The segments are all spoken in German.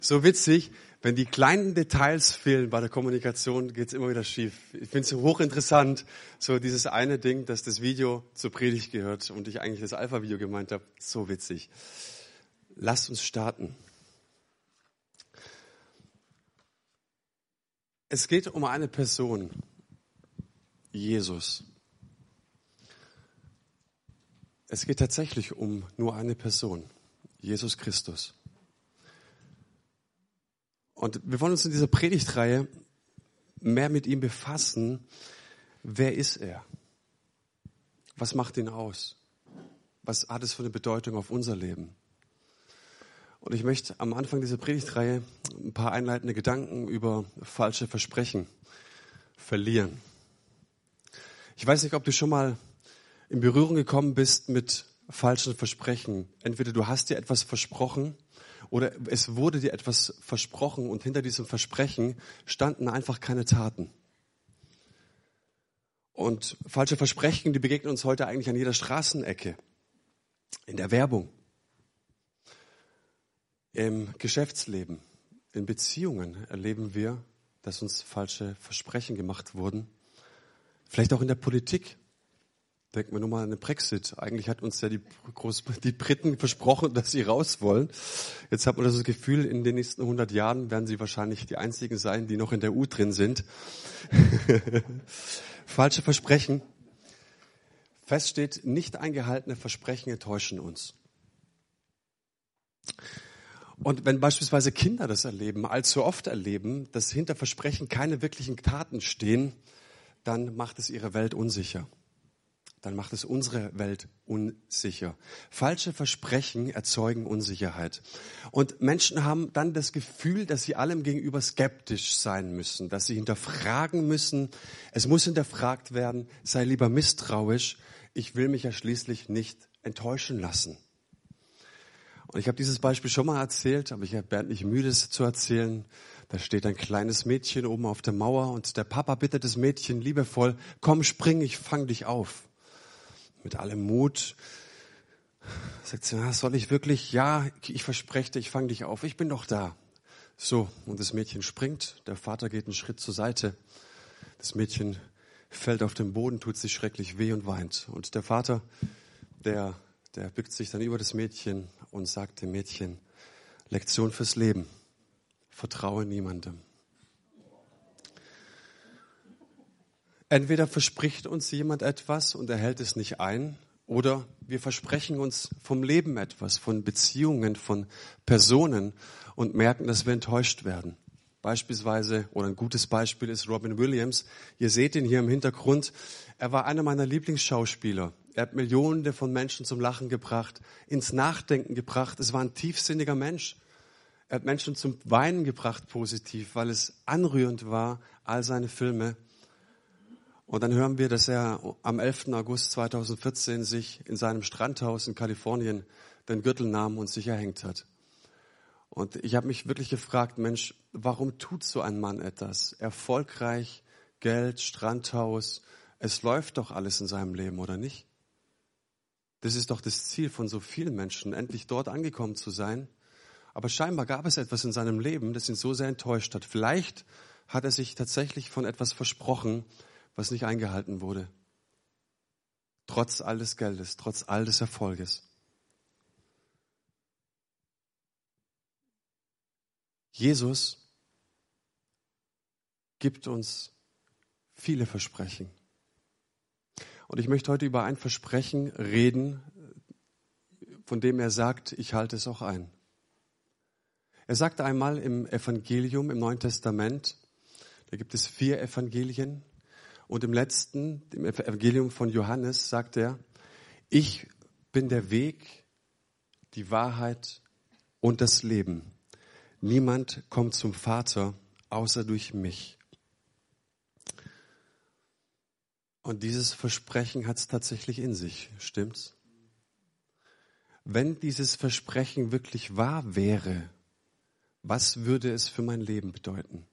So witzig, wenn die kleinen Details fehlen bei der Kommunikation, geht's immer wieder schief. Ich finde es hochinteressant, so dieses eine Ding, dass das Video zur Predigt gehört und ich eigentlich das Alpha-Video gemeint habe. So witzig. Lasst uns starten. Es geht um eine Person, Jesus. Es geht tatsächlich um nur eine Person, Jesus Christus. Und wir wollen uns in dieser Predigtreihe mehr mit ihm befassen. Wer ist er? Was macht ihn aus? Was hat es für eine Bedeutung auf unser Leben? Und ich möchte am Anfang dieser Predigtreihe ein paar einleitende Gedanken über falsche Versprechen verlieren. Ich weiß nicht, ob du schon mal in Berührung gekommen bist mit falschen Versprechen. Entweder du hast dir etwas versprochen oder es wurde dir etwas versprochen und hinter diesem Versprechen standen einfach keine Taten. Und falsche Versprechen, die begegnen uns heute eigentlich an jeder Straßenecke, in der Werbung, im Geschäftsleben, in Beziehungen erleben wir, dass uns falsche Versprechen gemacht wurden. Vielleicht auch in der Politik. Denken wir nur mal an den Brexit. Eigentlich hat uns ja die Briten versprochen, dass sie raus wollen. Jetzt hat man das Gefühl, in den nächsten 100 Jahren werden sie wahrscheinlich die einzigen sein, die noch in der EU drin sind. Falsche Versprechen. Fest steht, nicht eingehaltene Versprechen enttäuschen uns. Und wenn beispielsweise Kinder das erleben, allzu oft erleben, dass hinter Versprechen keine wirklichen Taten stehen, dann macht es ihre Welt unsicher. Dann macht es unsere Welt unsicher. Falsche Versprechen erzeugen Unsicherheit. Und Menschen haben dann das Gefühl, dass sie allem gegenüber skeptisch sein müssen, dass sie hinterfragen müssen. Es muss hinterfragt werden, sei lieber misstrauisch. Ich will mich ja schließlich nicht enttäuschen lassen. Und ich habe dieses Beispiel schon mal erzählt, aber ich werde nicht müde, es zu erzählen. Da steht ein kleines Mädchen oben auf der Mauer und der Papa bittet das Mädchen liebevoll, komm, spring, ich fang dich auf. Mit allem Mut sagt sie, soll ich wirklich? Ja, ich verspreche dir, ich fange dich auf, ich bin doch da. So, und das Mädchen springt, der Vater geht einen Schritt zur Seite. Das Mädchen fällt auf den Boden, tut sich schrecklich weh und weint. Und der Vater, der bückt sich dann über das Mädchen und sagt dem Mädchen, Lektion fürs Leben, vertraue niemandem. Entweder verspricht uns jemand etwas und er hält es nicht ein, oder wir versprechen uns vom Leben etwas, von Beziehungen, von Personen und merken, dass wir enttäuscht werden. Beispielsweise, oder ein gutes Beispiel ist Robin Williams. Ihr seht ihn hier im Hintergrund. Er war einer meiner Lieblingsschauspieler. Er hat Millionen von Menschen zum Lachen gebracht, ins Nachdenken gebracht. Es war ein tiefsinniger Mensch. Er hat Menschen zum Weinen gebracht, positiv, weil es anrührend war, all seine Filme. Und dann hören wir, dass er am 11. August 2014 sich in seinem Strandhaus in Kalifornien den Gürtel nahm und sich erhängt hat. Und ich habe mich wirklich gefragt, Mensch, warum tut so ein Mann etwas? Erfolgreich, Geld, Strandhaus, es läuft doch alles in seinem Leben, oder nicht? Das ist doch das Ziel von so vielen Menschen, endlich dort angekommen zu sein. Aber scheinbar gab es etwas in seinem Leben, das ihn so sehr enttäuscht hat. Vielleicht hat er sich tatsächlich von etwas versprochen, was nicht eingehalten wurde. Trotz all des Geldes, trotz all des Erfolges. Jesus gibt uns viele Versprechen. Und ich möchte heute über ein Versprechen reden, von dem er sagt, ich halte es auch ein. Er sagte einmal im Evangelium, im Neuen Testament, da gibt es 4 Evangelien, und im letzten, im Evangelium von Johannes, sagt er, ich bin der Weg, die Wahrheit und das Leben. Niemand kommt zum Vater, außer durch mich. Und dieses Versprechen hat es tatsächlich in sich, stimmt's? Wenn dieses Versprechen wirklich wahr wäre, was würde es für mein Leben bedeuten?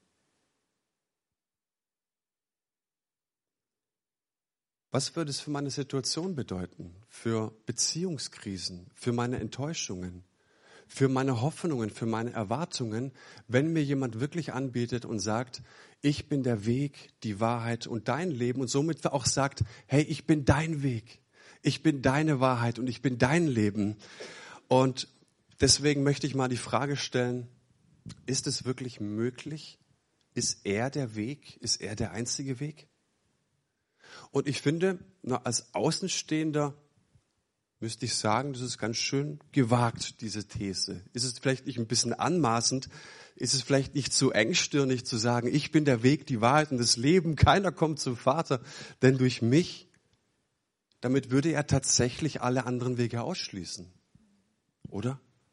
Was würde es für meine Situation bedeuten? Für Beziehungskrisen, für meine Enttäuschungen, für meine Hoffnungen, für meine Erwartungen, wenn mir jemand wirklich anbietet und sagt, ich bin der Weg, die Wahrheit und dein Leben und somit auch sagt, hey, ich bin dein Weg, ich bin deine Wahrheit und ich bin dein Leben. Und deswegen möchte ich mal die Frage stellen, ist es wirklich möglich? Ist er der Weg? Ist er der einzige Weg? Und ich finde, als Außenstehender müsste ich sagen, das ist ganz schön gewagt, diese These. Ist es vielleicht nicht ein bisschen anmaßend? Ist es vielleicht nicht zu engstirnig zu sagen, ich bin der Weg, die Wahrheit und das Leben, keiner kommt zum Vater, denn durch mich? Damit würde er tatsächlich alle anderen Wege ausschließen, oder?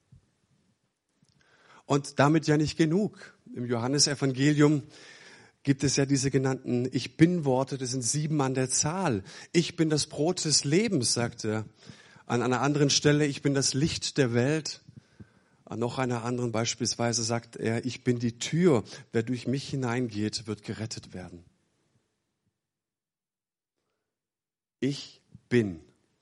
Und damit ja nicht genug. Im Johannesevangelium gibt es ja diese genannten Ich-Bin-Worte, das sind 7 an der Zahl. Ich bin das Brot des Lebens, sagt er. An einer anderen Stelle, ich bin das Licht der Welt. An noch einer anderen beispielsweise sagt er, ich bin die Tür. Wer durch mich hineingeht, wird gerettet werden. Ich bin.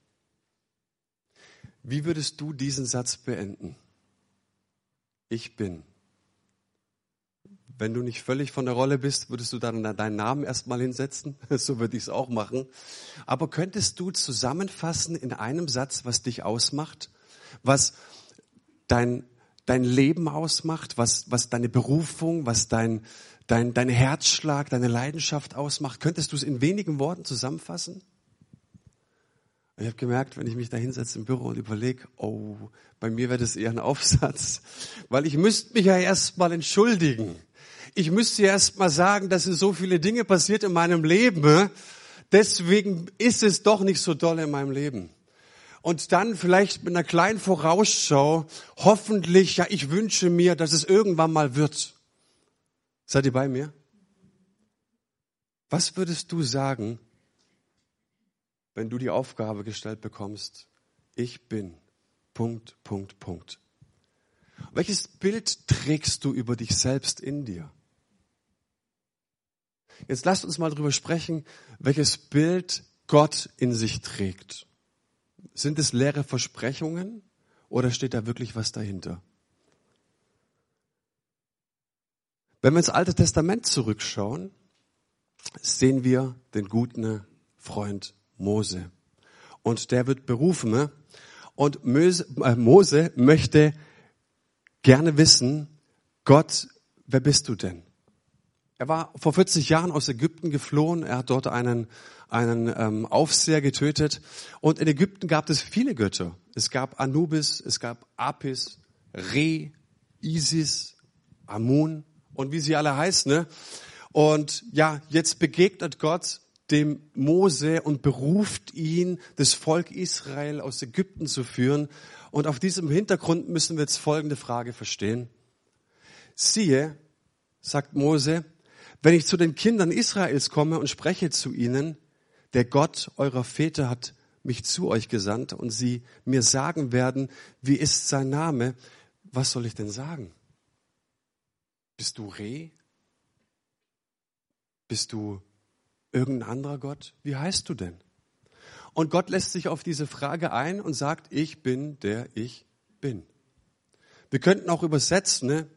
Wie würdest du diesen Satz beenden? Ich bin. Wenn du nicht völlig von der Rolle bist, würdest du dann deinen Namen erstmal hinsetzen? So würde ich es auch machen. Aber könntest du zusammenfassen in einem Satz, was dich ausmacht? Was dein Leben ausmacht? Was deine Berufung, was dein Herzschlag, deine Leidenschaft ausmacht? Könntest du es in wenigen Worten zusammenfassen? Ich habe gemerkt, wenn ich mich da hinsetze im Büro und überlege, oh, bei mir wäre das eher ein Aufsatz. Weil ich müsste mich ja erstmal entschuldigen. Ich müsste ja erst mal sagen, dass so viele Dinge passiert in meinem Leben. Deswegen ist es doch nicht so doll in meinem Leben. Und dann vielleicht mit einer kleinen Vorausschau, hoffentlich, ja, ich wünsche mir, dass es irgendwann mal wird. Seid ihr bei mir? Was würdest du sagen, wenn du die Aufgabe gestellt bekommst? Ich bin, Punkt, Punkt, Punkt. Welches Bild trägst du über dich selbst in dir? Jetzt lasst uns mal drüber sprechen, welches Bild Gott in sich trägt. Sind es leere Versprechungen oder steht da wirklich was dahinter? Wenn wir ins Alte Testament zurückschauen, sehen wir den guten Freund Mose. Und der wird berufen. Und Mose möchte gerne wissen, Gott, wer bist du denn? Er war vor 40 Jahren aus Ägypten geflohen. Er hat dort einen Aufseher getötet. Und in Ägypten gab es viele Götter. Es gab Anubis, es gab Apis, Re, Isis, Amun und wie sie alle heißen. Ne? Und ja, jetzt begegnet Gott dem Mose und beruft ihn, das Volk Israel aus Ägypten zu führen. Und auf diesem Hintergrund müssen wir jetzt folgende Frage verstehen. Siehe, sagt Mose, wenn ich zu den Kindern Israels komme und spreche zu ihnen, der Gott eurer Väter hat mich zu euch gesandt und sie mir sagen werden, wie ist sein Name, was soll ich denn sagen? Bist du Re? Bist du irgendein anderer Gott? Wie heißt du denn? Und Gott lässt sich auf diese Frage ein und sagt, ich bin der ich bin. Wir könnten auch übersetzen, ne?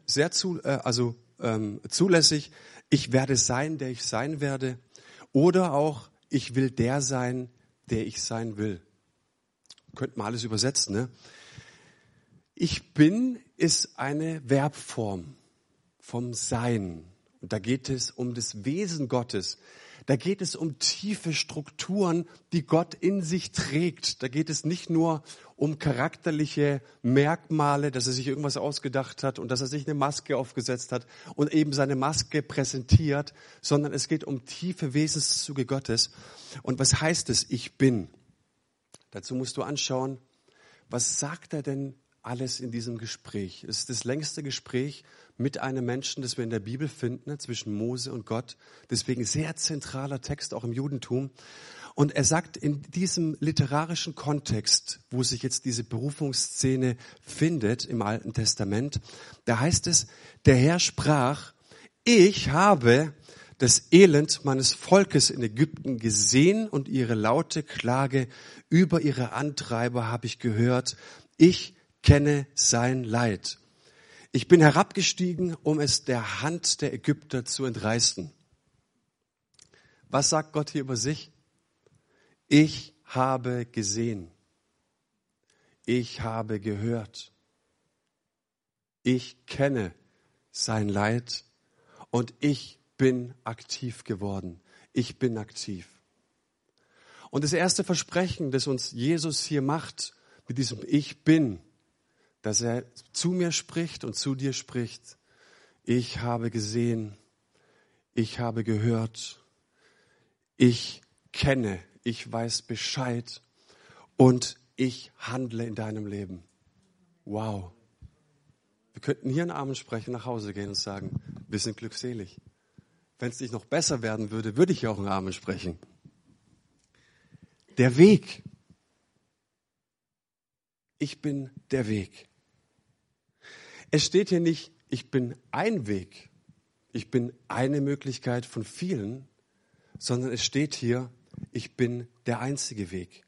Zulässig, ich werde sein, der ich sein werde. Oder auch, ich will der sein, der ich sein will. Könnten wir alles übersetzen. Ne? Ich bin ist eine Verbform vom Sein. Und da geht es um das Wesen Gottes. Da geht es um tiefe Strukturen, die Gott in sich trägt. Da geht es nicht nur um charakterliche Merkmale, dass er sich irgendwas ausgedacht hat und dass er sich eine Maske aufgesetzt hat und eben seine Maske präsentiert, sondern es geht um tiefe Wesenszüge Gottes. Und was heißt es, ich bin? Dazu musst du anschauen, was sagt er denn alles in diesem Gespräch? Es ist das längste Gespräch mit einem Menschen, das wir in der Bibel finden, zwischen Mose und Gott. Deswegen sehr zentraler Text auch im Judentum. Und er sagt in diesem literarischen Kontext, wo sich jetzt diese Berufungsszene findet im Alten Testament, da heißt es, der Herr sprach, ich habe das Elend meines Volkes in Ägypten gesehen und ihre laute Klage über ihre Antreiber habe ich gehört. Ich, kenne sein Leid. Ich bin herabgestiegen, um es der Hand der Ägypter zu entreißen. Was sagt Gott hier über sich? Ich habe gesehen. Ich habe gehört. Ich kenne sein Leid und ich bin aktiv geworden. Ich bin aktiv. Und das erste Versprechen, das uns Jesus hier macht, mit diesem Ich bin, dass er zu mir spricht und zu dir spricht. Ich habe gesehen, ich habe gehört, ich kenne, ich weiß Bescheid und ich handle in deinem Leben. Wow. Wir könnten hier einen Amen sprechen, nach Hause gehen und sagen, wir sind glückselig. Wenn es nicht noch besser werden würde, würde ich ja auch einen Amen sprechen. Der Weg. Ich bin der Weg. Es steht hier nicht, ich bin ein Weg. Ich bin eine Möglichkeit von vielen, sondern es steht hier, ich bin der einzige Weg.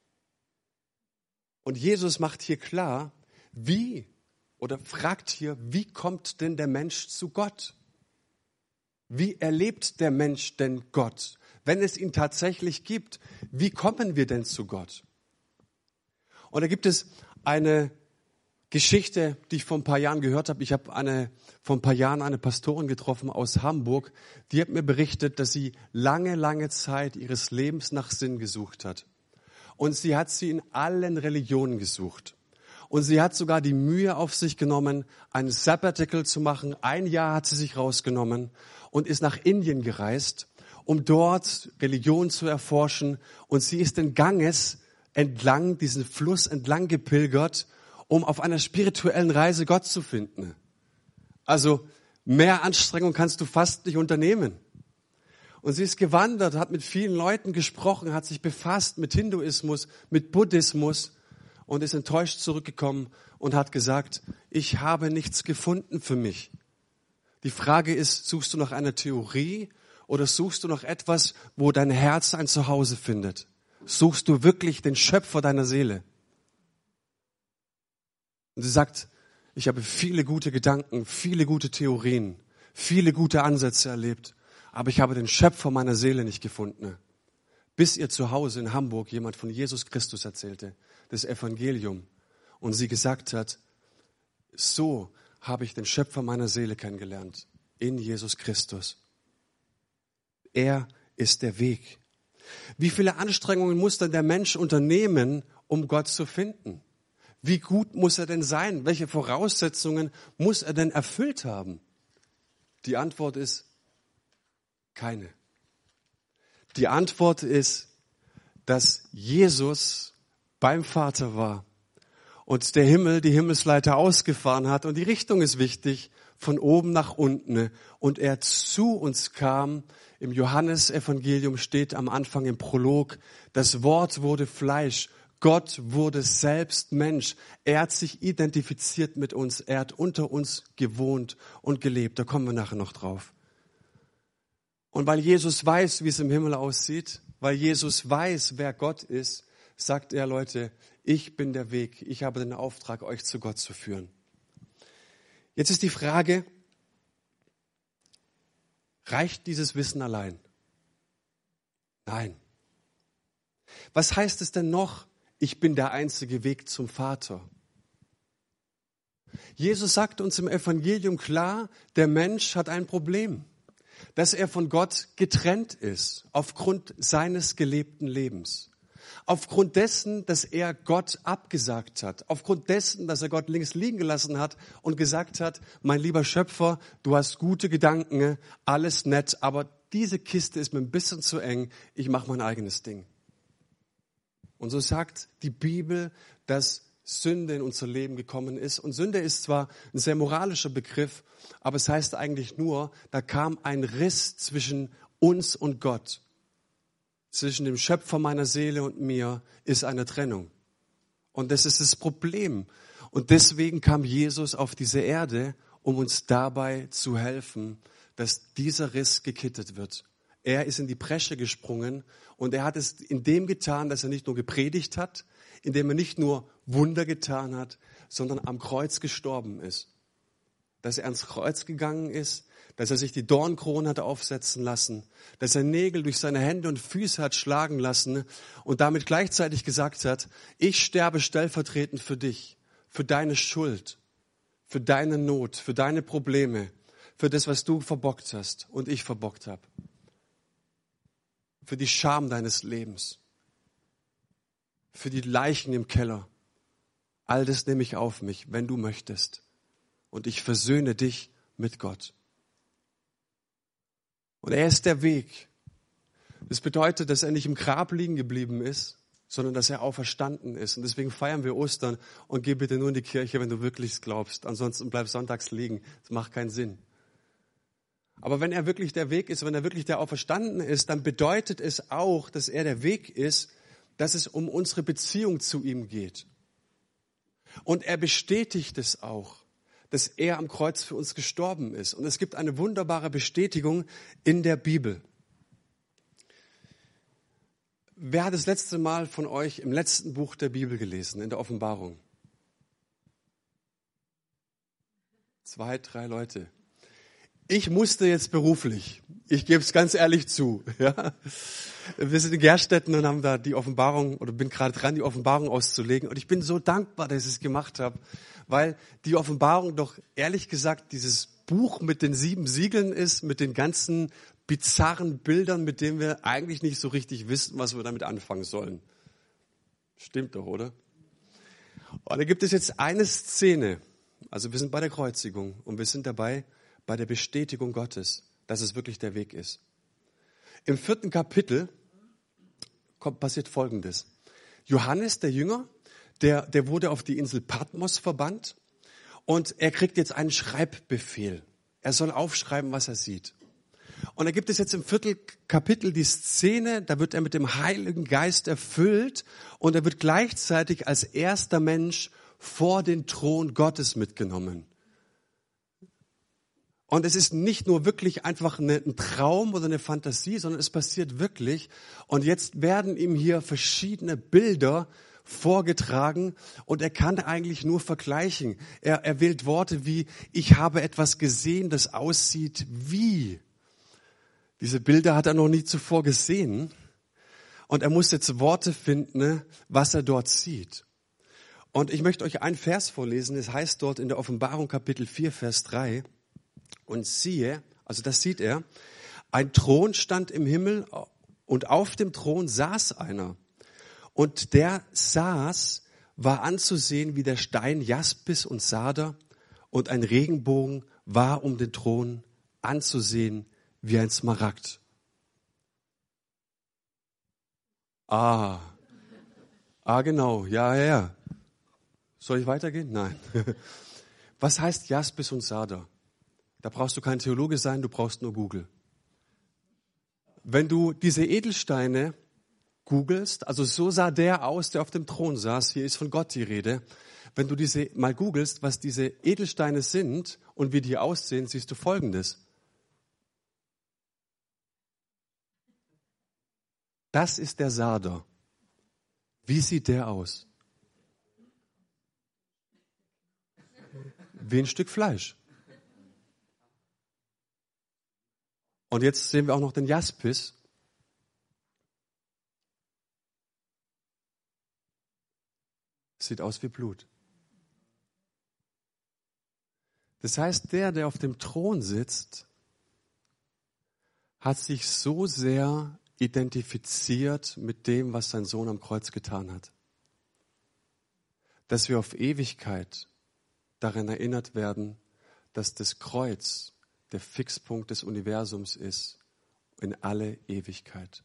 Und Jesus macht hier klar, fragt hier, wie kommt denn der Mensch zu Gott? Wie erlebt der Mensch denn Gott? Wenn es ihn tatsächlich gibt, wie kommen wir denn zu Gott? Und da gibt es eine Geschichte, die ich vor ein paar Jahren gehört habe. Ich habe vor ein paar Jahren eine Pastorin getroffen aus Hamburg, die hat mir berichtet, dass sie lange, lange Zeit ihres Lebens nach Sinn gesucht hat. Und sie hat sie in allen Religionen gesucht. Und sie hat sogar die Mühe auf sich genommen, ein Sabbatical zu machen. 1 Jahr hat sie sich rausgenommen und ist nach Indien gereist, um dort Religion zu erforschen. Und sie ist den Ganges entlang, diesen Fluss entlang gepilgert, um auf einer spirituellen Reise Gott zu finden. Also mehr Anstrengung kannst du fast nicht unternehmen. Und sie ist gewandert, hat mit vielen Leuten gesprochen, hat sich befasst mit Hinduismus, mit Buddhismus und ist enttäuscht zurückgekommen und hat gesagt, ich habe nichts gefunden für mich. Die Frage ist, suchst du nach einer Theorie oder suchst du nach etwas, wo dein Herz ein Zuhause findet? Suchst du wirklich den Schöpfer deiner Seele? Und sie sagt, ich habe viele gute Gedanken, viele gute Theorien, viele gute Ansätze erlebt, aber ich habe den Schöpfer meiner Seele nicht gefunden. Bis ihr zu Hause in Hamburg jemand von Jesus Christus erzählte, das Evangelium, und sie gesagt hat, so habe ich den Schöpfer meiner Seele kennengelernt, in Jesus Christus. Er ist der Weg. Wie viele Anstrengungen muss denn der Mensch unternehmen, um Gott zu finden? Wie gut muss er denn sein? Welche Voraussetzungen muss er denn erfüllt haben? Die Antwort ist keine. Die Antwort ist, dass Jesus beim Vater war und der Himmel die Himmelsleiter ausgefahren hat und die Richtung ist wichtig, von oben nach unten und er zu uns kam. Im Johannesevangelium steht am Anfang im Prolog, das Wort wurde Fleisch. Gott wurde selbst Mensch. Er hat sich identifiziert mit uns. Er hat unter uns gewohnt und gelebt. Da kommen wir nachher noch drauf. Und weil Jesus weiß, wie es im Himmel aussieht, weil Jesus weiß, wer Gott ist, sagt er, Leute, ich bin der Weg. Ich habe den Auftrag, euch zu Gott zu führen. Jetzt ist die Frage, reicht dieses Wissen allein? Nein. Was heißt es denn noch? Ich bin der einzige Weg zum Vater. Jesus sagt uns im Evangelium klar, der Mensch hat ein Problem, dass er von Gott getrennt ist, aufgrund seines gelebten Lebens. Aufgrund dessen, dass er Gott abgesagt hat. Aufgrund dessen, dass er Gott links liegen gelassen hat und gesagt hat, mein lieber Schöpfer, du hast gute Gedanken, alles nett, aber diese Kiste ist mir ein bisschen zu eng, ich mache mein eigenes Ding. Und so sagt die Bibel, dass Sünde in unser Leben gekommen ist. Und Sünde ist zwar ein sehr moralischer Begriff, aber es heißt eigentlich nur, da kam ein Riss zwischen uns und Gott. Zwischen dem Schöpfer meiner Seele und mir ist eine Trennung. Und das ist das Problem. Und deswegen kam Jesus auf diese Erde, um uns dabei zu helfen, dass dieser Riss gekittet wird. Er ist in die Bresche gesprungen und er hat es in dem getan, dass er nicht nur gepredigt hat, indem er nicht nur Wunder getan hat, sondern am Kreuz gestorben ist. Dass er ans Kreuz gegangen ist, dass er sich die Dornkrone hat aufsetzen lassen, dass er Nägel durch seine Hände und Füße hat schlagen lassen und damit gleichzeitig gesagt hat, ich sterbe stellvertretend für dich, für deine Schuld, für deine Not, für deine Probleme, für das, was du verbockt hast und ich verbockt habe, für die Scham deines Lebens, für die Leichen im Keller. All das nehme ich auf mich, wenn du möchtest. Und ich versöhne dich mit Gott. Und er ist der Weg. Das bedeutet, dass er nicht im Grab liegen geblieben ist, sondern dass er auferstanden ist. Und deswegen feiern wir Ostern und geh bitte nur in die Kirche, wenn du wirklich glaubst. Ansonsten bleib sonntags liegen. Das macht keinen Sinn. Aber wenn er wirklich der Weg ist, wenn er wirklich der Auferstanden ist, dann bedeutet es auch, dass er der Weg ist, dass es um unsere Beziehung zu ihm geht. Und er bestätigt es auch, dass er am Kreuz für uns gestorben ist. Und es gibt eine wunderbare Bestätigung in der Bibel. Wer hat das letzte Mal von euch im letzten Buch der Bibel gelesen, in der Offenbarung? 2, 3 Leute. Ich musste jetzt beruflich. Ich gebe es ganz ehrlich zu. Ja. Wir sind in Gerstetten und haben da die Offenbarung, oder bin gerade dran, die Offenbarung auszulegen. Und ich bin so dankbar, dass ich es gemacht habe, weil die Offenbarung doch ehrlich gesagt dieses Buch mit den 7 Siegeln ist, mit den ganzen bizarren Bildern, mit denen wir eigentlich nicht so richtig wissen, was wir damit anfangen sollen. Stimmt doch, oder? Und da gibt es jetzt eine Szene. Also wir sind bei der Kreuzigung und wir sind dabei bei der Bestätigung Gottes, dass es wirklich der Weg ist. Im 4. Kapitel passiert Folgendes. Johannes, der Jünger, der wurde auf die Insel Patmos verbannt und er kriegt jetzt einen Schreibbefehl. Er soll aufschreiben, was er sieht. Und da gibt es jetzt im 4. Kapitel die Szene, da wird er mit dem Heiligen Geist erfüllt und er wird gleichzeitig als erster Mensch vor den Thron Gottes mitgenommen. Und es ist nicht nur wirklich einfach ein Traum oder eine Fantasie, sondern es passiert wirklich. Und jetzt werden ihm hier verschiedene Bilder vorgetragen und er kann eigentlich nur vergleichen. Er wählt Worte wie, ich habe etwas gesehen, das aussieht wie. Diese Bilder hat er noch nie zuvor gesehen. Und er muss jetzt Worte finden, was er dort sieht. Und ich möchte euch einen Vers vorlesen. Es heißt dort in der Offenbarung Kapitel 4, Vers 3. Und siehe, also das sieht er, ein Thron stand im Himmel und auf dem Thron saß einer. Und der saß, war anzusehen wie der Stein Jaspis und Sarder und ein Regenbogen war um den Thron anzusehen wie ein Smaragd. Genau, ja. Soll ich weitergehen? Nein. Was heißt Jaspis und Sarder? Da brauchst du kein Theologe sein, du brauchst nur Google. Wenn du diese Edelsteine googelst, also so sah der aus, der auf dem Thron saß, hier ist von Gott die Rede. Wenn du diese mal googelst, was diese Edelsteine sind und wie die aussehen, siehst du Folgendes. Das ist der Sarder. Wie sieht der aus? Wie ein Stück Fleisch. Und jetzt sehen wir auch noch den Jaspis. Sieht aus wie Blut. Das heißt, der auf dem Thron sitzt, hat sich so sehr identifiziert mit dem, was sein Sohn am Kreuz getan hat, dass wir auf Ewigkeit daran erinnert werden, dass das Kreuz der Fixpunkt des Universums ist in alle Ewigkeit.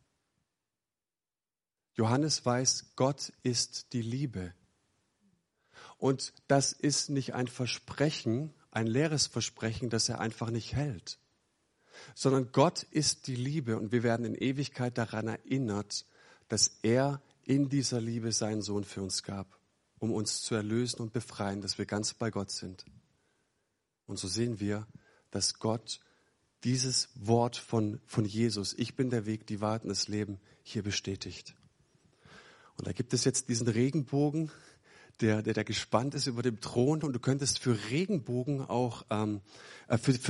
Johannes weiß, Gott ist die Liebe. Und das ist nicht ein Versprechen, ein leeres Versprechen, das er einfach nicht hält, sondern Gott ist die Liebe und wir werden in Ewigkeit daran erinnert, dass er in dieser Liebe seinen Sohn für uns gab, um uns zu erlösen und befreien, dass wir ganz bei Gott sind. Und so sehen wir, dass Gott dieses Wort von Jesus, ich bin der Weg, die Wahrheit und das Leben, hier bestätigt. Und da gibt es jetzt diesen Regenbogen, der gespannt ist über dem Thron, und du könntest für Regenbogen auch, für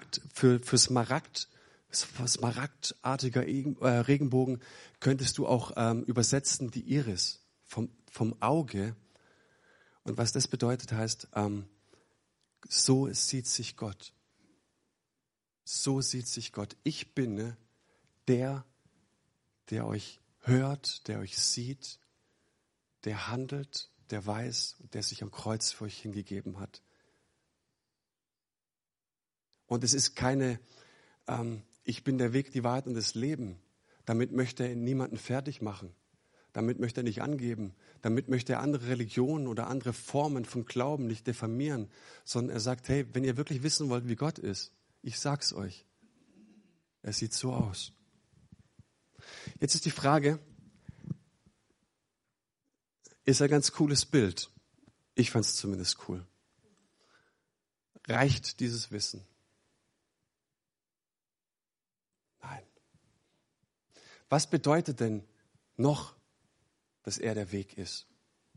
smaragdartiger Regenbogen könntest du auch übersetzen die Iris vom Auge. Und was das bedeutet, heißt, so sieht sich Gott. So sieht sich Gott. Ich bin der euch hört, der euch sieht, der handelt, der weiß, der sich am Kreuz für euch hingegeben hat. Und es ist keine, ich bin der Weg, die Wahrheit und das Leben. Damit möchte er niemanden fertig machen. Damit möchte er nicht angeben. Damit möchte er andere Religionen oder andere Formen von Glauben nicht diffamieren. Sondern er sagt, hey, wenn ihr wirklich wissen wollt, wie Gott ist, ich sag's euch. Er sieht so aus. Jetzt ist die Frage, ist ein ganz cooles Bild. Ich fand es zumindest cool. Reicht dieses Wissen? Nein. Was bedeutet denn noch, dass er der Weg ist?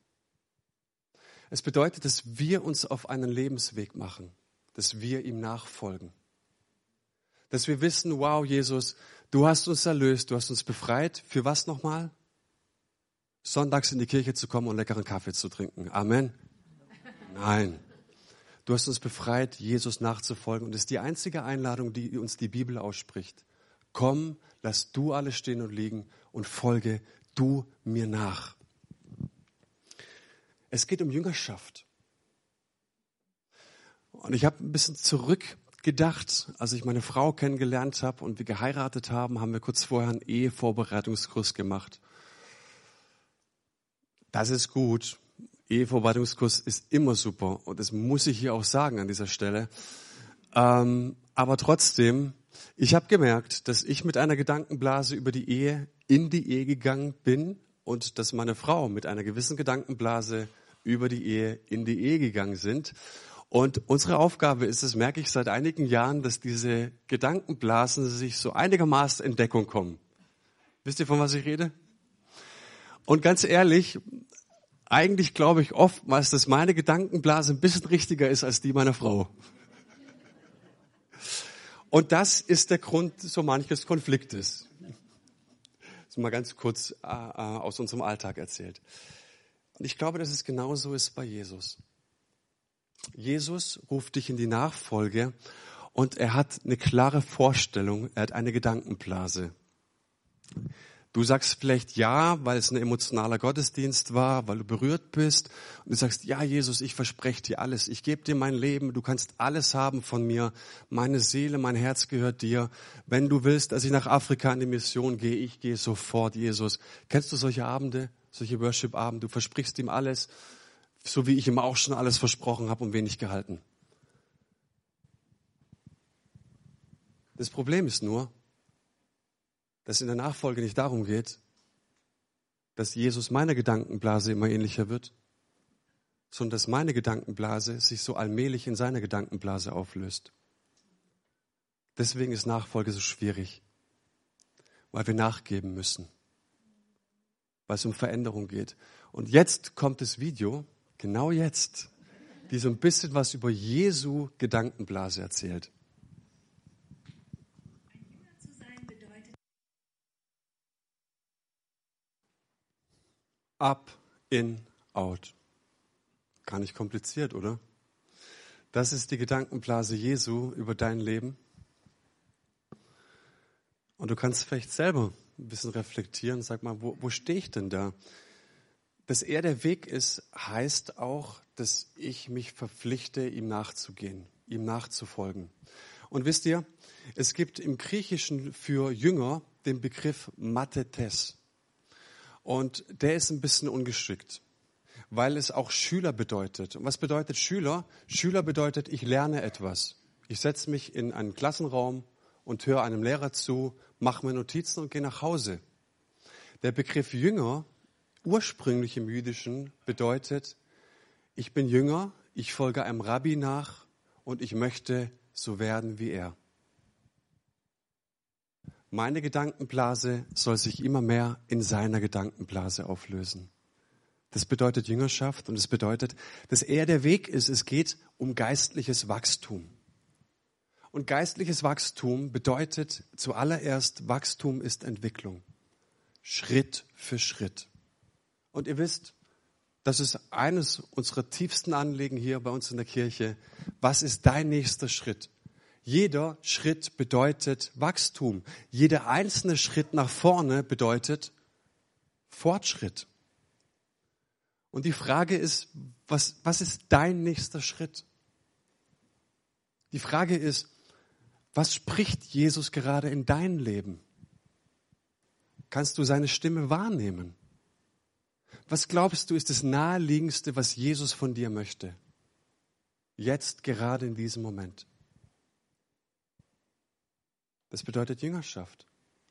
Es bedeutet, dass wir uns auf einen Lebensweg machen, dass wir ihm nachfolgen. Dass wir wissen, wow, Jesus, du hast uns erlöst, du hast uns befreit. Für was nochmal? Sonntags in die Kirche zu kommen und leckeren Kaffee zu trinken. Amen. Nein. Du hast uns befreit, Jesus nachzufolgen. Und das ist die einzige Einladung, die uns die Bibel ausspricht. Komm, lass du alles stehen und liegen und folge du mir nach. Es geht um Jüngerschaft. Und ich habe ein bisschen zurückgedacht, als ich meine Frau kennengelernt habe und wir geheiratet haben, haben wir kurz vorher einen Ehevorbereitungskurs gemacht. Das ist gut. Ehevorbereitungskurs ist immer super und das muss ich hier auch sagen an dieser Stelle. Aber trotzdem, ich habe gemerkt, dass ich mit einer Gedankenblase über die Ehe in die Ehe gegangen bin und dass meine Frau mit einer gewissen Gedankenblase über die Ehe in die Ehe gegangen sind. Und unsere Aufgabe ist es, merke ich seit einigen Jahren, dass diese Gedankenblasen sich so einigermaßen in Deckung kommen. Wisst ihr, von was ich rede? Und ganz ehrlich, eigentlich glaube ich oftmals, dass meine Gedankenblase ein bisschen richtiger ist als die meiner Frau. Und das ist der Grund so manches Konfliktes. Das ist mal ganz kurz aus unserem Alltag erzählt. Und ich glaube, dass es genauso ist bei Jesus. Jesus ruft dich in die Nachfolge und er hat eine klare Vorstellung, er hat eine Gedankenblase. Du sagst vielleicht ja, weil es ein emotionaler Gottesdienst war, weil du berührt bist. Und du sagst, ja Jesus, ich verspreche dir alles. Ich gebe dir mein Leben. Du kannst alles haben von mir. Meine Seele, mein Herz gehört dir. Wenn du willst, dass ich nach Afrika in die Mission gehe, ich gehe sofort, Jesus. Kennst du solche Abende, solche Worship-Abende? Du versprichst ihm alles, so wie ich ihm auch schon alles versprochen habe und wenig gehalten. Das Problem ist nur, dass es in der Nachfolge nicht darum geht, dass Jesus meiner Gedankenblase immer ähnlicher wird, sondern dass meine Gedankenblase sich so allmählich in seiner Gedankenblase auflöst. Deswegen ist Nachfolge so schwierig, weil wir nachgeben müssen, weil es um Veränderung geht. Und jetzt kommt das Video, genau jetzt, die so ein bisschen was über Jesu Gedankenblase erzählt. Up, in, out. Gar nicht kompliziert, oder? Das ist die Gedankenblase Jesu über dein Leben. Und du kannst vielleicht selber ein bisschen reflektieren. Sag mal, wo stehe ich denn da? Dass er der Weg ist, heißt auch, dass ich mich verpflichte, ihm nachzugehen, ihm nachzufolgen. Und wisst ihr, es gibt im Griechischen für Jünger den Begriff Mathetes. Und der ist ein bisschen ungeschickt, weil es auch Schüler bedeutet. Und was bedeutet Schüler? Schüler bedeutet, ich lerne etwas. Ich setze mich in einen Klassenraum und höre einem Lehrer zu, mache mir Notizen und gehe nach Hause. Der Begriff Jünger, ursprünglich im Jüdischen, bedeutet, ich bin Jünger, ich folge einem Rabbi nach und ich möchte so werden wie er. Meine Gedankenblase soll sich immer mehr in seiner Gedankenblase auflösen. Das bedeutet Jüngerschaft und es bedeutet, dass er der Weg ist. Es geht um geistliches Wachstum. Und geistliches Wachstum bedeutet zuallererst, Wachstum ist Entwicklung. Schritt für Schritt. Und ihr wisst, das ist eines unserer tiefsten Anliegen hier bei uns in der Kirche. Was ist dein nächster Schritt? Jeder Schritt bedeutet Wachstum. Jeder einzelne Schritt nach vorne bedeutet Fortschritt. Und die Frage ist, was ist dein nächster Schritt? Die Frage ist, was spricht Jesus gerade in dein Leben? Kannst du seine Stimme wahrnehmen? Was glaubst du, ist das Naheliegendste, was Jesus von dir möchte? Jetzt, gerade in diesem Moment. Das bedeutet Jüngerschaft.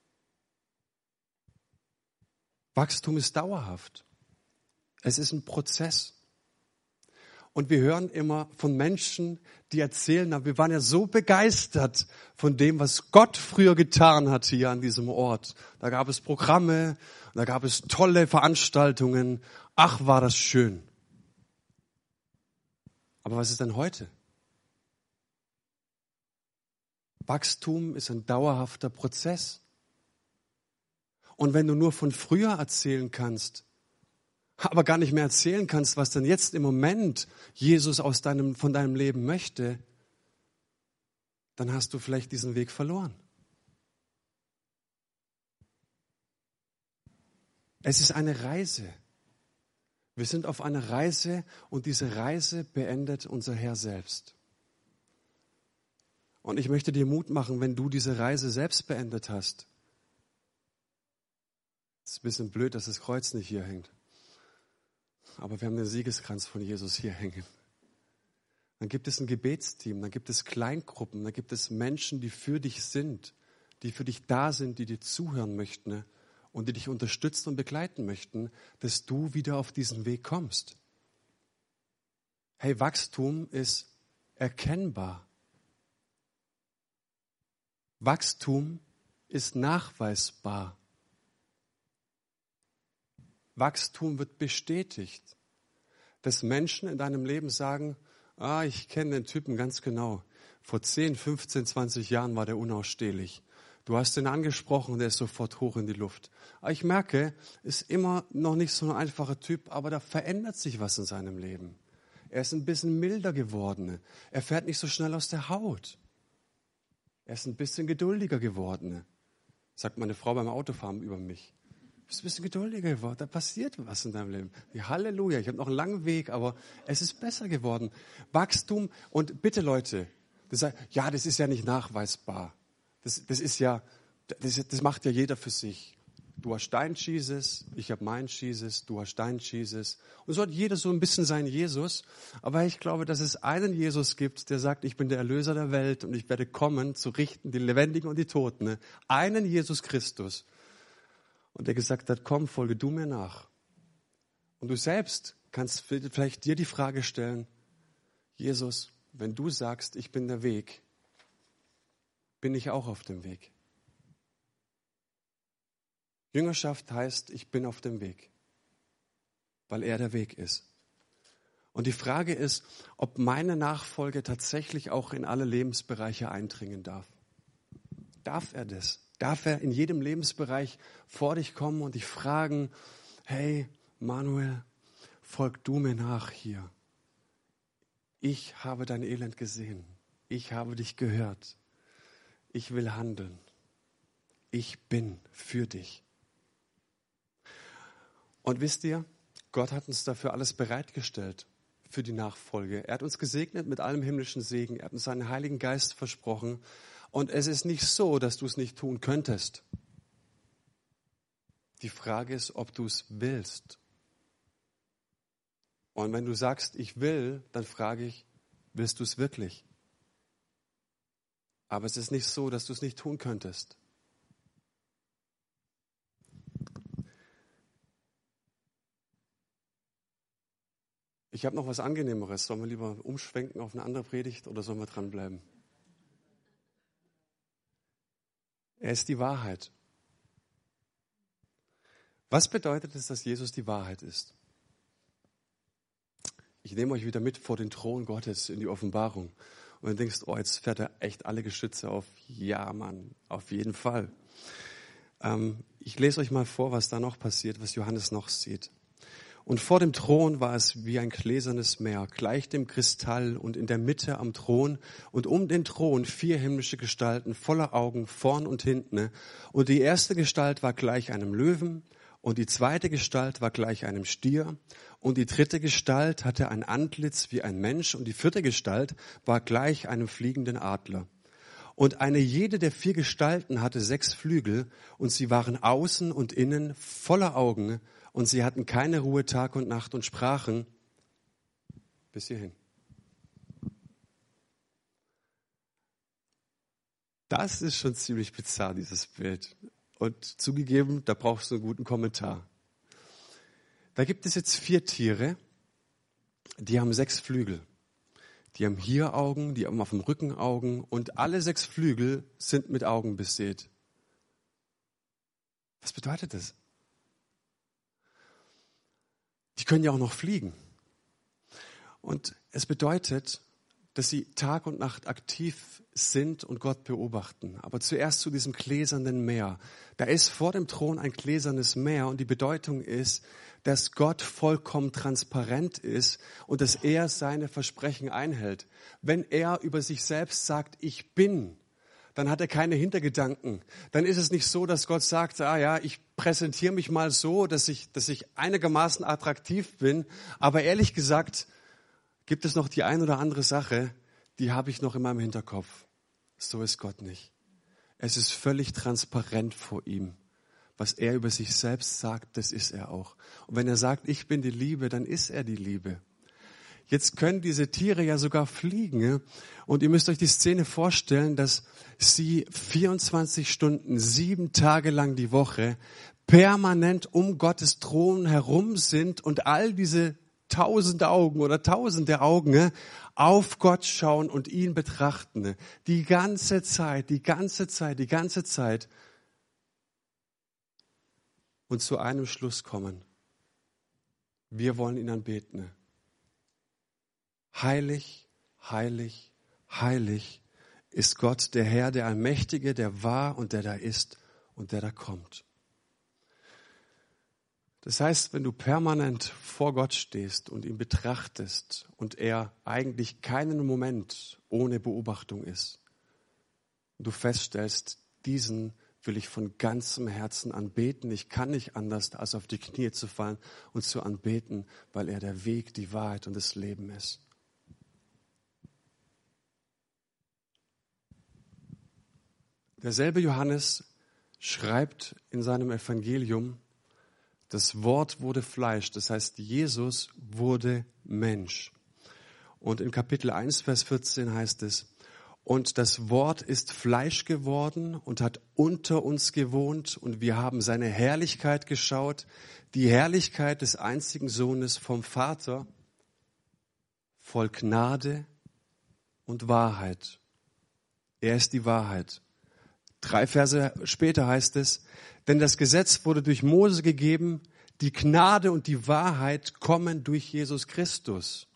Wachstum ist dauerhaft. Es ist ein Prozess. Und wir hören immer von Menschen, die erzählen, na, wir waren ja so begeistert von dem, was Gott früher getan hat hier an diesem Ort. Da gab es Programme, da gab es tolle Veranstaltungen. Ach, war das schön. Aber was ist denn heute? Wachstum ist ein dauerhafter Prozess. Und wenn du nur von früher erzählen kannst, aber gar nicht mehr erzählen kannst, was denn jetzt im Moment Jesus von deinem Leben möchte, dann hast du vielleicht diesen Weg verloren. Es ist eine Reise. Wir sind auf einer Reise und diese Reise beendet unser Herr selbst. Und ich möchte dir Mut machen, wenn du diese Reise selbst beendet hast. Es ist ein bisschen blöd, dass das Kreuz nicht hier hängt. Aber wir haben den Siegeskranz von Jesus hier hängen. Dann gibt es ein Gebetsteam, dann gibt es Kleingruppen, dann gibt es Menschen, die für dich sind, die für dich da sind, die dir zuhören möchten und die dich unterstützen und begleiten möchten, dass du wieder auf diesen Weg kommst. Hey, Wachstum ist erkennbar. Wachstum ist nachweisbar. Wachstum wird bestätigt, dass Menschen in deinem Leben sagen, ich kenne den Typen ganz genau. Vor 10, 15, 20 Jahren war der unausstehlich. Du hast ihn angesprochen, der ist sofort hoch in die Luft. Aber ich merke, ist immer noch nicht so ein einfacher Typ, aber da verändert sich was in seinem Leben. Er ist ein bisschen milder geworden. Er fährt nicht so schnell aus der Haut. Er ist ein bisschen geduldiger geworden, sagt meine Frau beim Autofahren über mich. Du bist ein bisschen geduldiger geworden, da passiert was in deinem Leben. Ja, Halleluja, ich habe noch einen langen Weg, aber es ist besser geworden. Wachstum und bitte Leute, das ist ja nicht nachweisbar. Das macht ja jeder für sich. Du hast dein Jesus, ich habe mein Jesus, du hast dein Jesus. Und so hat jeder so ein bisschen seinen Jesus. Aber ich glaube, dass es einen Jesus gibt, der sagt, ich bin der Erlöser der Welt und ich werde kommen, zu richten die Lebendigen und die Toten. Einen Jesus Christus. Und der gesagt hat, komm, folge du mir nach. Und du selbst kannst vielleicht dir die Frage stellen, Jesus, wenn du sagst, ich bin der Weg, bin ich auch auf dem Weg? Jüngerschaft heißt, ich bin auf dem Weg, weil er der Weg ist. Und die Frage ist, ob meine Nachfolge tatsächlich auch in alle Lebensbereiche eindringen darf. Darf er das? Darf er in jedem Lebensbereich vor dich kommen und dich fragen, hey Manuel, folg du mir nach hier. Ich habe dein Elend gesehen. Ich habe dich gehört. Ich will handeln. Ich bin für dich. Und wisst ihr, Gott hat uns dafür alles bereitgestellt, für die Nachfolge. Er hat uns gesegnet mit allem himmlischen Segen. Er hat uns seinen Heiligen Geist versprochen. Und es ist nicht so, dass du es nicht tun könntest. Die Frage ist, ob du es willst. Und wenn du sagst, ich will, dann frage ich, willst du es wirklich? Aber es ist nicht so, dass du es nicht tun könntest. Ich habe noch was Angenehmeres. Sollen wir lieber umschwenken auf eine andere Predigt oder sollen wir dranbleiben? Er ist die Wahrheit. Was bedeutet es, dass Jesus die Wahrheit ist? Ich nehme euch wieder mit vor den Thron Gottes in die Offenbarung. Und dann denkst du, oh, jetzt fährt er echt alle Geschütze auf. Ja, Mann, auf jeden Fall. Ich lese euch mal vor, was da noch passiert, was Johannes noch sieht. Und vor dem Thron war es wie ein gläsernes Meer, gleich dem Kristall, und in der Mitte am Thron und um den Thron 4 himmlische Gestalten voller Augen vorn und hinten. Und die erste Gestalt war gleich einem Löwen, und die zweite Gestalt war gleich einem Stier, und die dritte Gestalt hatte ein Antlitz wie ein Mensch, und die vierte Gestalt war gleich einem fliegenden Adler. Und eine jede der 4 Gestalten hatte 6 Flügel, und sie waren außen und innen voller Augen, und sie hatten keine Ruhe Tag und Nacht und sprachen bis hierhin. Das ist schon ziemlich bizarr, dieses Bild. Und zugegeben, da brauchst du einen guten Kommentar. Da gibt es jetzt 4 Tiere, die haben 6 Flügel. Die haben hier Augen, die haben auf dem Rücken Augen, und alle 6 Flügel sind mit Augen besät. Was bedeutet das? Die können ja auch noch fliegen. Und es bedeutet, dass sie Tag und Nacht aktiv sind und Gott beobachten. Aber zuerst zu diesem gläsernen Meer. Da ist vor dem Thron ein gläsernes Meer, und die Bedeutung ist, dass Gott vollkommen transparent ist und dass er seine Versprechen einhält. Wenn er über sich selbst sagt, ich bin, dann hat er keine Hintergedanken. Dann ist es nicht so, dass Gott sagt, ich präsentiere mich mal so, dass ich einigermaßen attraktiv bin. Aber ehrlich gesagt, gibt es noch die ein oder andere Sache, die habe ich noch in meinem Hinterkopf. So ist Gott nicht. Es ist völlig transparent vor ihm. Was er über sich selbst sagt, das ist er auch. Und wenn er sagt, ich bin die Liebe, dann ist er die Liebe. Jetzt können diese Tiere ja sogar fliegen. Und ihr müsst euch die Szene vorstellen, dass sie 24 Stunden, 7 Tage lang die Woche permanent um Gottes Thron herum sind und all diese tausende Augen auf Gott schauen und ihn betrachten. Die ganze Zeit. Und zu einem Schluss kommen. Wir wollen ihn anbeten. Heilig, heilig, heilig ist Gott, der Herr, der Allmächtige, der war und der da ist und der da kommt. Das heißt, wenn du permanent vor Gott stehst und ihn betrachtest und er eigentlich keinen Moment ohne Beobachtung ist, und du feststellst, diesen will ich von ganzem Herzen anbeten. Ich kann nicht anders, als auf die Knie zu fallen und zu anbeten, weil er der Weg, die Wahrheit und das Leben ist. Derselbe Johannes schreibt in seinem Evangelium, das Wort wurde Fleisch, das heißt, Jesus wurde Mensch. Und in Kapitel 1, Vers 14 heißt es, und das Wort ist Fleisch geworden und hat unter uns gewohnt, und wir haben seine Herrlichkeit geschaut, die Herrlichkeit des einzigen Sohnes vom Vater, voll Gnade und Wahrheit. Er ist die Wahrheit. 3 Verse später heißt es, denn das Gesetz wurde durch Mose gegeben, die Gnade und die Wahrheit kommen durch Jesus Christus.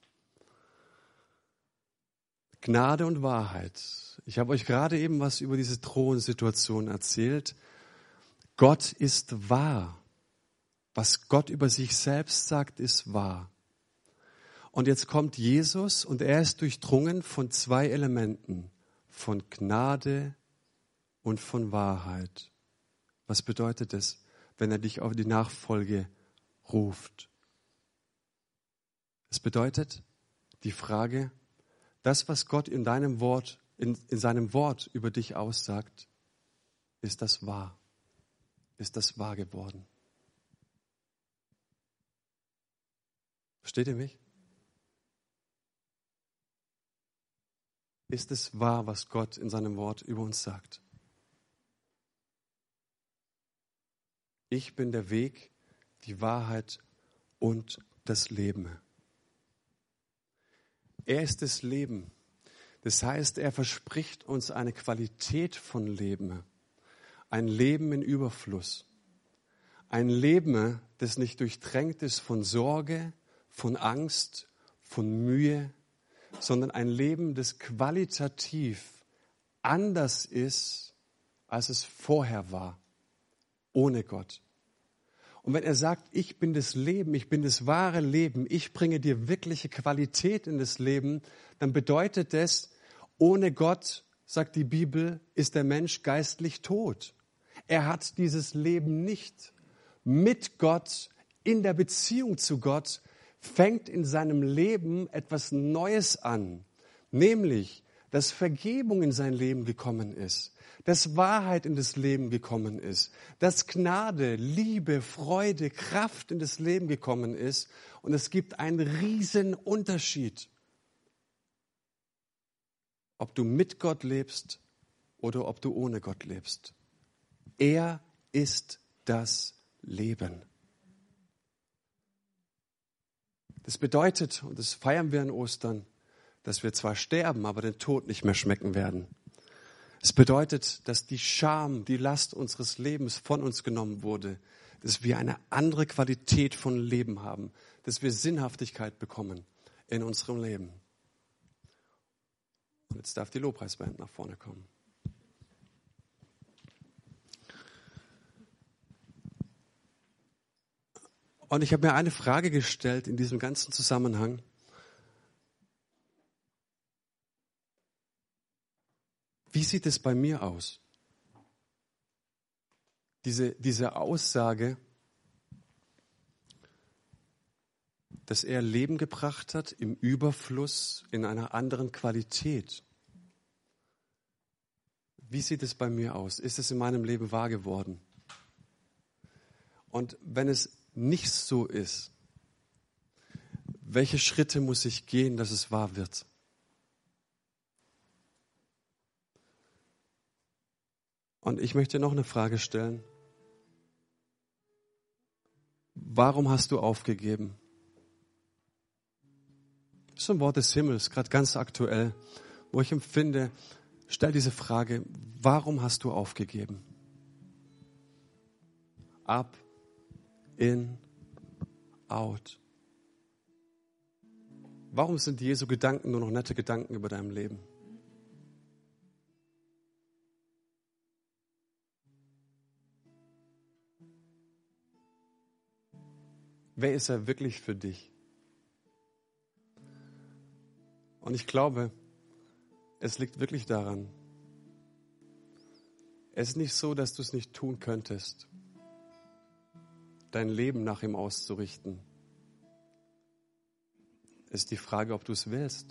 Gnade und Wahrheit. Ich habe euch gerade eben was über diese Thronsituation erzählt. Gott ist wahr. Was Gott über sich selbst sagt, ist wahr. Und jetzt kommt Jesus und er ist durchdrungen von 2 Elementen, von Gnade und von Wahrheit. Was bedeutet es, wenn er dich auf die Nachfolge ruft? Es bedeutet die Frage, das, was Gott in deinem Wort, in seinem Wort über dich aussagt, ist das wahr? Ist das wahr geworden? Versteht ihr mich? Ist es wahr, was Gott in seinem Wort über uns sagt? Ich bin der Weg, die Wahrheit und das Leben. Er ist das Leben. Das heißt, er verspricht uns eine Qualität von Leben. Ein Leben in Überfluss. Ein Leben, das nicht durchdrängt ist von Sorge, von Angst, von Mühe, sondern ein Leben, das qualitativ anders ist, als es vorher war, ohne Gott. Und wenn er sagt, ich bin das Leben, ich bin das wahre Leben, ich bringe dir wirkliche Qualität in das Leben, dann bedeutet das, ohne Gott, sagt die Bibel, ist der Mensch geistlich tot. Er hat dieses Leben nicht. Mit Gott, in der Beziehung zu Gott, fängt in seinem Leben etwas Neues an, nämlich, dass Vergebung in sein Leben gekommen ist, dass Wahrheit in das Leben gekommen ist, dass Gnade, Liebe, Freude, Kraft in das Leben gekommen ist. Und es gibt einen riesen Unterschied, ob du mit Gott lebst oder ob du ohne Gott lebst. Er ist das Leben. Das bedeutet, und das feiern wir an Ostern, dass wir zwar sterben, aber den Tod nicht mehr schmecken werden. Es bedeutet, dass die Scham, die Last unseres Lebens von uns genommen wurde, dass wir eine andere Qualität von Leben haben, dass wir Sinnhaftigkeit bekommen in unserem Leben. Und jetzt darf die Lobpreisband nach vorne kommen. Und ich habe mir eine Frage gestellt in diesem ganzen Zusammenhang. Wie sieht es bei mir aus? Diese Aussage, dass er Leben gebracht hat im Überfluss, in einer anderen Qualität. Wie sieht es bei mir aus? Ist es in meinem Leben wahr geworden? Und wenn es nicht so ist, welche Schritte muss ich gehen, dass es wahr wird? Und ich möchte noch eine Frage stellen. Warum hast du aufgegeben? Das ist ein Wort des Himmels, gerade ganz aktuell, wo ich empfinde, stell diese Frage, warum hast du aufgegeben? Up, in, out. Warum sind Jesu Gedanken nur noch nette Gedanken über deinem Leben? Wer ist er wirklich für dich? Und ich glaube, es liegt wirklich daran. Es ist nicht so, dass du es nicht tun könntest, dein Leben nach ihm auszurichten. Es ist die Frage, ob du es willst.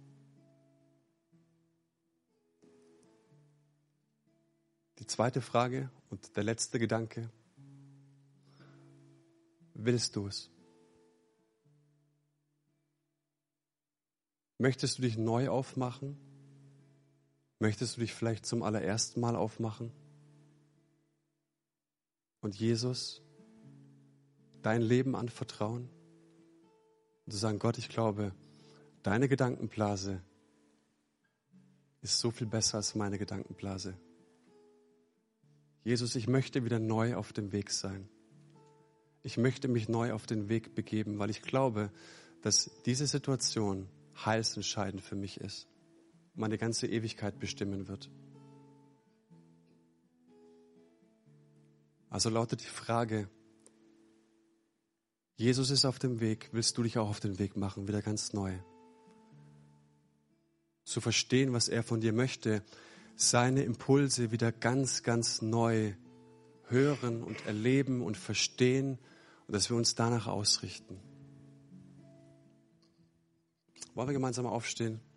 Die zweite Frage und der letzte Gedanke. Willst du es? Möchtest du dich neu aufmachen? Möchtest du dich vielleicht zum allerersten Mal aufmachen? Und Jesus dein Leben anvertrauen? Und zu sagen, Gott, ich glaube, deine Gedankenblase ist so viel besser als meine Gedankenblase. Jesus, ich möchte wieder neu auf dem Weg sein. Ich möchte mich neu auf den Weg begeben, weil ich glaube, dass diese Situation heilsentscheidend für mich ist, meine ganze Ewigkeit bestimmen wird. Also lautet die Frage, Jesus ist auf dem Weg, willst du dich auch auf den Weg machen, wieder ganz neu? Zu verstehen, was er von dir möchte, seine Impulse wieder ganz, ganz neu hören und erleben und verstehen und dass wir uns danach ausrichten. Wollen wir gemeinsam aufstehen?